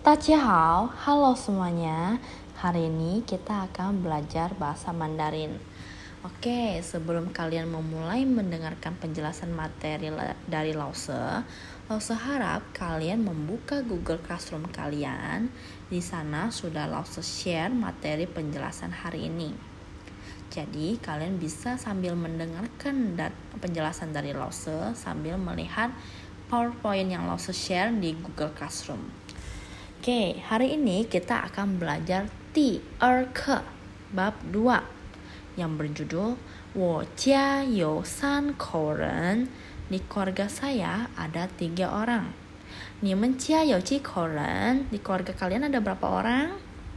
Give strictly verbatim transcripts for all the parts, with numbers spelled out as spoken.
Tachihao, halo semuanya. Hari ini kita akan belajar bahasa Mandarin. Oke, sebelum kalian memulai mendengarkan penjelasan materi dari Lause, Lause harap kalian membuka Google Classroom kalian. Di sana sudah Lause share materi penjelasan hari ini. Jadi kalian bisa sambil mendengarkan penjelasan dari Lause sambil melihat PowerPoint yang Lause share di Google Classroom. Oke, hari ini kita akan belajar Di Er Ke bab dua yang berjudul Wo Jia You San Kou Ren. Di keluarga saya ada tiga orang. Ni men jia you ji kou ren. Di keluarga kalian ada berapa orang?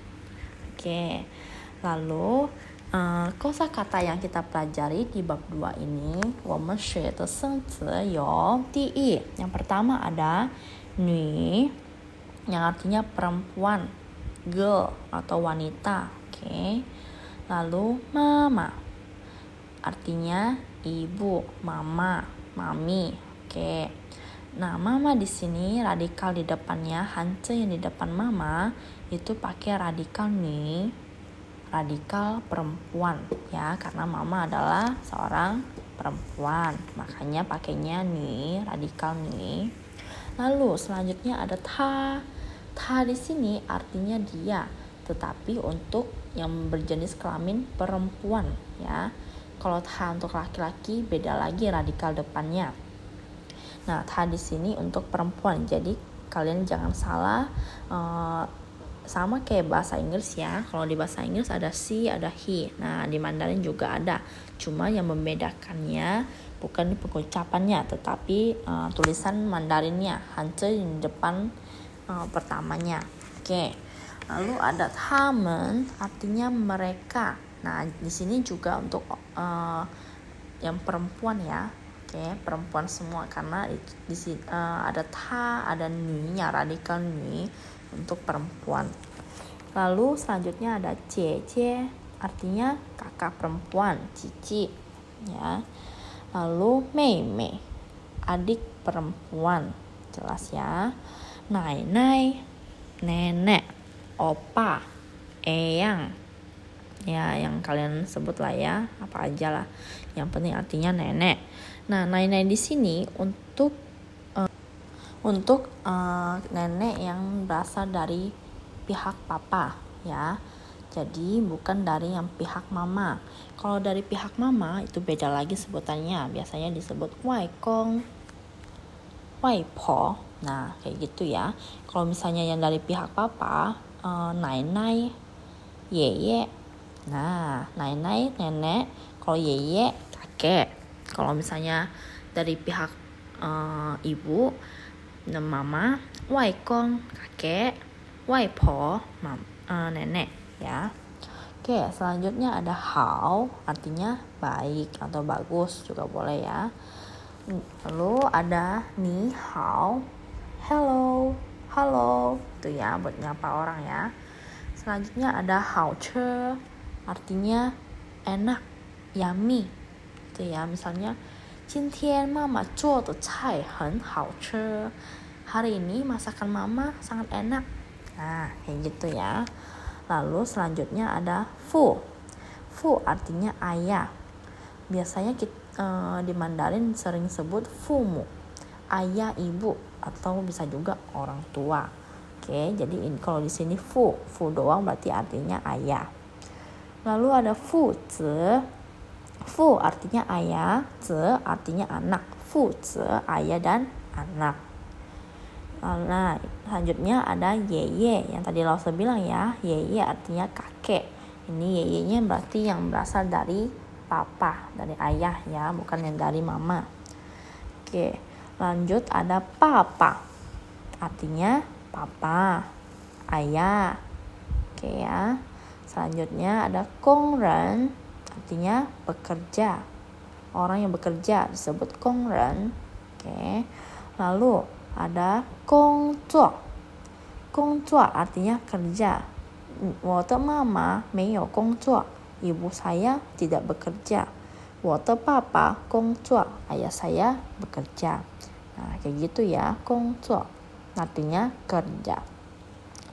Oke. Lalu uh, kosakata yang kita pelajari di bab dua ini, wo men shui de seng zi you di yi. Yang pertama ada nü, yang artinya perempuan, girl atau wanita. Oke. Okay. Lalu mama, artinya ibu, mama, mami. Oke. Okay. Nah, mama di sini radikal di depannya, hance yang di depan mama itu pakai radikal ni, radikal perempuan ya, karena mama adalah seorang perempuan, makanya pakainya ni, radikal ni. Lalu selanjutnya ada ta. Ta di sini artinya dia, tetapi untuk yang berjenis kelamin perempuan ya. Kalau ta untuk laki-laki beda lagi radikal depannya. Nah, ta di sini untuk perempuan. Jadi kalian jangan salah, uh, sama kayak bahasa Inggris ya. Kalau di bahasa Inggris ada she, ada he. Nah, di Mandarin juga ada. Cuma yang membedakannya bukan di pengucapannya, tetapi uh, tulisan Mandarinnya, hance di depan uh, pertamanya. Oke. Lalu ada tamen, artinya mereka. Nah, di sini juga untuk uh, yang perempuan ya. Oke, perempuan semua karena di sini uh, ada ta, ada ni-nya, radikal ni untuk perempuan. Lalu selanjutnya ada cie-cie, artinya kakak perempuan, cici ya. Lalu mei-mei, adik perempuan, jelas ya. Nai-nai, nenek, opa, eyang, ya yang kalian sebut lah ya, apa aja lah. Yang penting artinya nenek. Nah, nai-nai di sini untuk uh, untuk uh, nenek yang berasal dari pihak papa ya. Jadi bukan dari yang pihak mama. Kalau dari pihak mama itu beda lagi sebutannya. Biasanya disebut wai kong, wai po. Nah, kayak gitu ya. Kalau misalnya yang dari pihak papa, uh, nai-nai, ye-ye. Nah, nai-nai nenek, kalau ye-ye kakek. Kalau misalnya dari pihak uh, ibu, mama, wai kong kakek, wai po mam, uh, nenek ya. Oke, selanjutnya ada hao, artinya baik atau bagus juga boleh ya. Lalu ada ni hao, hello, halo, itu ya buat nyapa orang ya. Selanjutnya ada hao che, artinya enak, yummy. Itu ya, misalnya 今天妈妈做的菜很好吃. Hari ini masakan mama sangat enak. Nah, kayak gitu ya. Lalu selanjutnya ada fu. Fu artinya ayah. Biasanya kita, uh, di Mandarin sering sebut fumu, ayah, ibu, atau bisa juga orang tua. Oke, jadi ini kalau di sini fu, fu doang berarti artinya ayah. Lalu ada fu zi. Fu artinya ayah, zi artinya anak. Fu zi, ayah dan anak. Nah, selanjutnya ada ye-ye yang tadi Lause bilang ya. Ye-ye artinya kakek. Ini ye-ye-nya berarti yang berasal dari papa, dari ayah ya, bukan yang dari mama. Oke, lanjut ada papa, artinya papa, ayah. Oke ya. Selanjutnya ada kongren, artinya bekerja, orang yang bekerja disebut kongren. Oke. Lalu ada gongzuo. Gongzuo artinya kerja. 我的妈妈没有工作. Ibu saya tidak bekerja. 我的爸爸工作. Ayah saya bekerja. Nah, kayak gitu ya, gongzuo artinya kerja.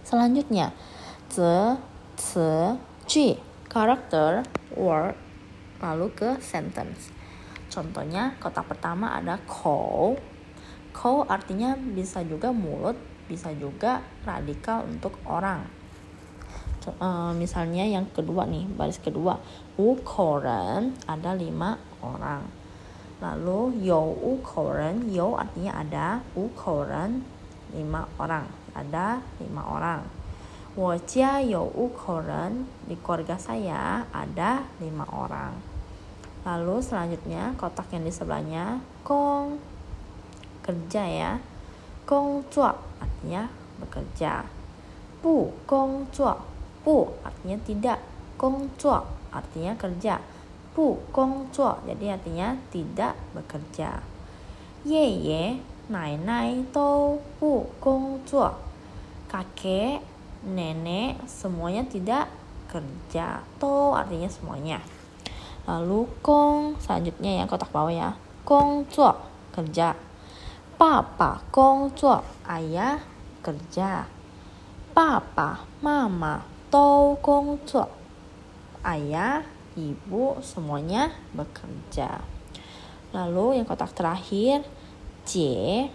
Selanjutnya, ze, ce, ji, karakter, word, lalu ke sentence. Contohnya, kotak pertama ada kou. Kou artinya bisa juga mulut, bisa juga radikal untuk orang. Uh, misalnya yang kedua nih, baris kedua, wu koren, ada lima orang. Lalu you wu koren, you artinya ada, wu koren, lima orang, ada lima orang. Wo jia you wu koren, di keluarga saya ada lima orang. Lalu selanjutnya kotak yang di sebelahnya, gong, kerja ya, gong zuo artinya bekerja. Bu gong zuo, bu artinya tidak, gong zuo artinya kerja, bu gong zuo jadi artinya tidak bekerja. Ye ye, nai nai do bu gong zuo, kakek, nenek semuanya tidak kerja. To artinya semuanya. Lalu gong, selanjutnya yang kotak bawah ya, gong zuo kerja. Papa gong zuo, ayah kerja. Papa, mama, do gong zuo, ayah, ibu semuanya bekerja. Lalu yang kotak terakhir, jie,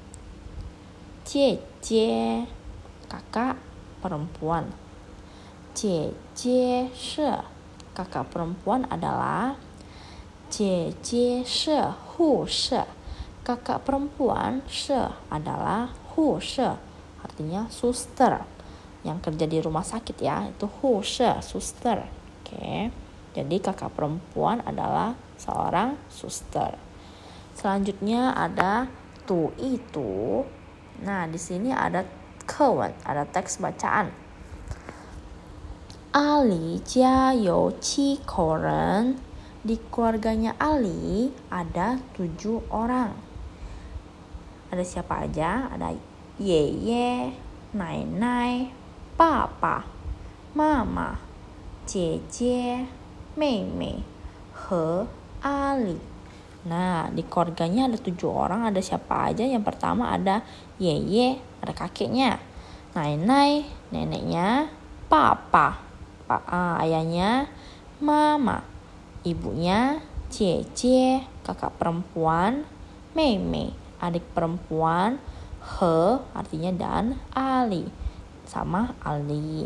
jie jie, kakak perempuan. Jie jie she, kakak perempuan adalah jie jie she hu she, kakak perempuan she adalah hu she, artinya suster yang kerja di rumah sakit ya, itu hu she, suster. Oke, jadi kakak perempuan adalah seorang suster. Selanjutnya ada tu itu. Nah, di sini ada kewen, ada teks bacaan. Ali jia you qi koren, di keluarganya Ali ada tujuh orang. Ada siapa aja? Ada yeye, nai nai, papa, mama, jie, mei mei, he, Ali. Nah, di keluarganya ada tujuh orang. Ada siapa aja? Yang pertama ada yeye, ada kakeknya. Nai nai, neneknya. Papa, pa, uh, ayahnya. Mama, ibunya. Jie, kakak perempuan. Mei mei, adik perempuan. He, artinya dan. Ali, sama Ali.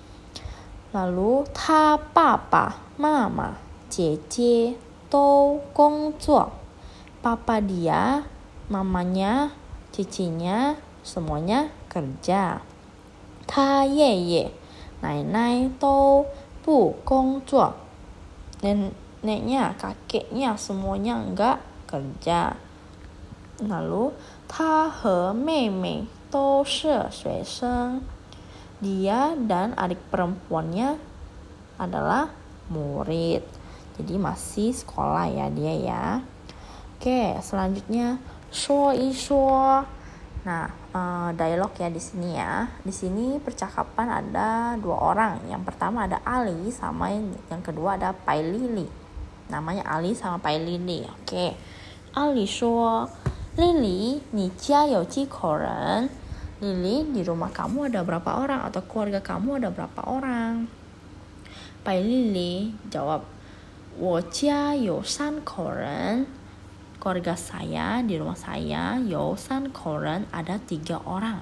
Lalu ta, papa, mama, jie, do gong zuo, papa dia, mamanya, cicinya semuanya kerja. Ta ye ye, nai nai do bu gong zuo, neneknya, kakeknya semuanya enggak kerja. Lalu ta he mei mei do shi shui sheng, dia dan adik perempuannya adalah murid. Jadi masih sekolah ya dia ya. Oke, selanjutnya shuo yi shuo. Nah, eh, dialog ya di sini ya. Di sini percakapan ada dua orang. Yang pertama ada Ali sama yang, yang kedua ada Pai Lili. Namanya Ali sama Pai Lili. Oke. Ali shuo, Lili, ni jia you ji kou ren? Lili, di rumah kamu ada berapa orang atau keluarga kamu ada berapa orang? Pai Lili jawab, wo jia you san kou ren. Keluarga saya, di rumah saya, you san kou ren, ada tiga orang.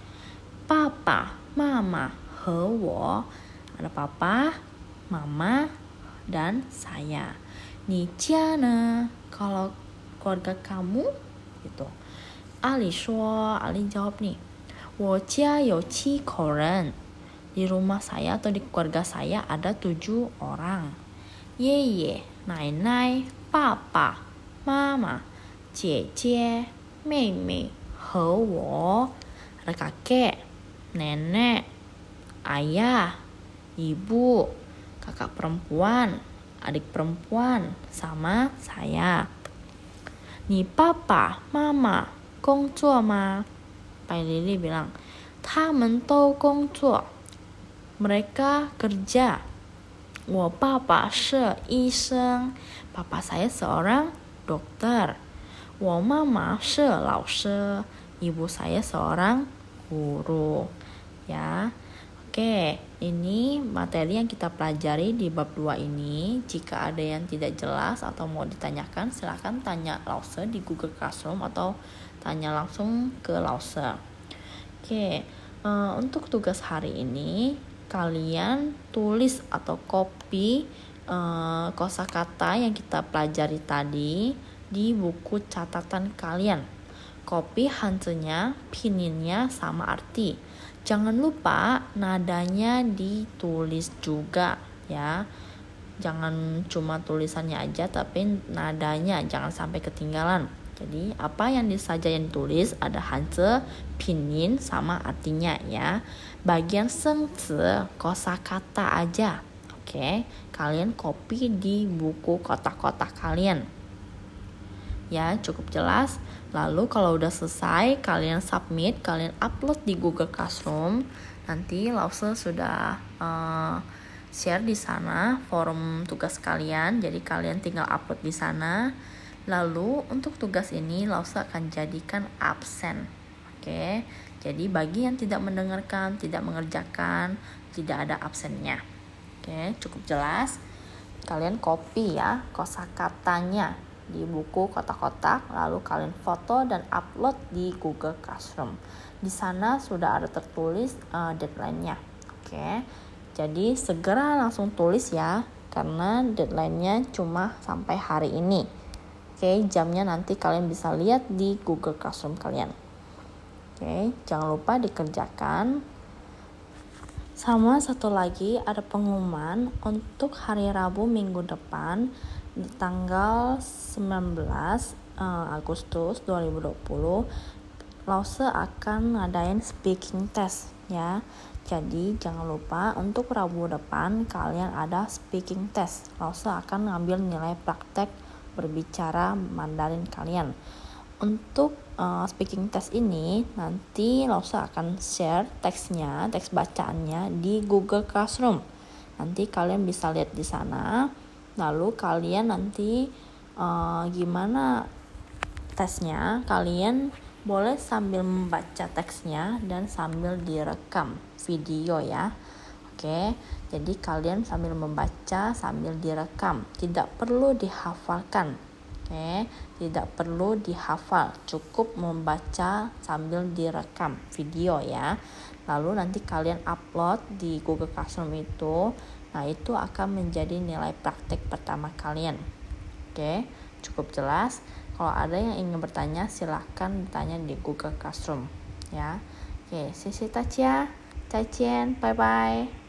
Papa, mama, he wo, ada papa, mama, dan saya. Ni jia ne, kalau keluarga kamu, gitu. Ali shuo, Ali jawab nih, wo jia you qi kou ren. Di rumah saya atau di keluarga saya ada tujuh orang. Yeye, nai nai, papa, mama, jie, mei mei, he wo, ada kakek, nenek, ayah, ibu, kakak perempuan, adik perempuan, sama saya. Ni papa, mama, gong zuo ma? Pai Lili bilang, ta men dou gong zuo. Mereka kerja. Wo papa shi yi sheng. Papa saya seorang dokter. Wo mama shi lao shi. Ibu saya seorang guru. ya. Oke, ini materi yang kita pelajari di bab dua ini. Jika ada yang tidak jelas atau mau ditanyakan, silakan tanya Lause di Google Classroom atau tanya langsung ke Lause. Oke, uh, untuk tugas hari ini, kalian tulis atau copy uh, kosakata yang kita pelajari tadi di buku catatan kalian. Copy hansenya, pininnya sama arti. Jangan lupa nadanya ditulis juga ya. Jangan cuma tulisannya aja, tapi nadanya jangan sampai ketinggalan. Jadi apa yang saja yang ditulis ada hanse, pinin sama artinya ya. Bagian sengce kosakata aja. Oke, kalian copy di buku kotak-kotak kalian. Ya, cukup jelas. Lalu kalau udah selesai, kalian submit, kalian upload di Google Classroom. Nanti Lause sudah uh, share di sana forum tugas kalian. Jadi kalian tinggal upload di sana. Lalu untuk tugas ini Lause akan jadikan absen. Oke. Jadi bagi yang tidak mendengarkan, tidak mengerjakan, tidak ada absennya. Oke, cukup jelas. Kalian copy ya kosakatanya di buku kotak-kotak, lalu kalian foto dan upload di Google Classroom. Di sana sudah ada tertulis uh, deadline-nya. Oke. Jadi segera langsung tulis ya, karena deadline-nya cuma sampai hari ini. Oke, jamnya nanti kalian bisa lihat di Google Classroom kalian. Oke, jangan lupa dikerjakan. Sama satu lagi, ada pengumuman untuk hari Rabu minggu depan di tanggal sembilan belas Agustus dua ribu dua puluh. Lause akan ngadain speaking test ya. Jadi jangan lupa untuk Rabu depan kalian ada speaking test. Lause akan ngambil nilai praktek berbicara Mandarin kalian. Untuk uh, speaking test ini nanti Lause akan share teksnya, teks bacaannya di Google Classroom. Nanti kalian bisa lihat di sana. Lalu kalian nanti uh, gimana tesnya? Kalian boleh sambil membaca teksnya dan sambil direkam video ya. Oke, jadi kalian sambil membaca sambil direkam. Tidak perlu dihafalkan. Oke, tidak perlu dihafal, cukup membaca sambil direkam video ya. Lalu nanti kalian upload di Google Classroom itu. Nah, itu akan menjadi nilai praktek pertama kalian. Oke, cukup jelas. Kalau ada yang ingin bertanya, silahkan bertanya di Google Classroom ya. Oke, sisi tachia, zaijian, bye bye.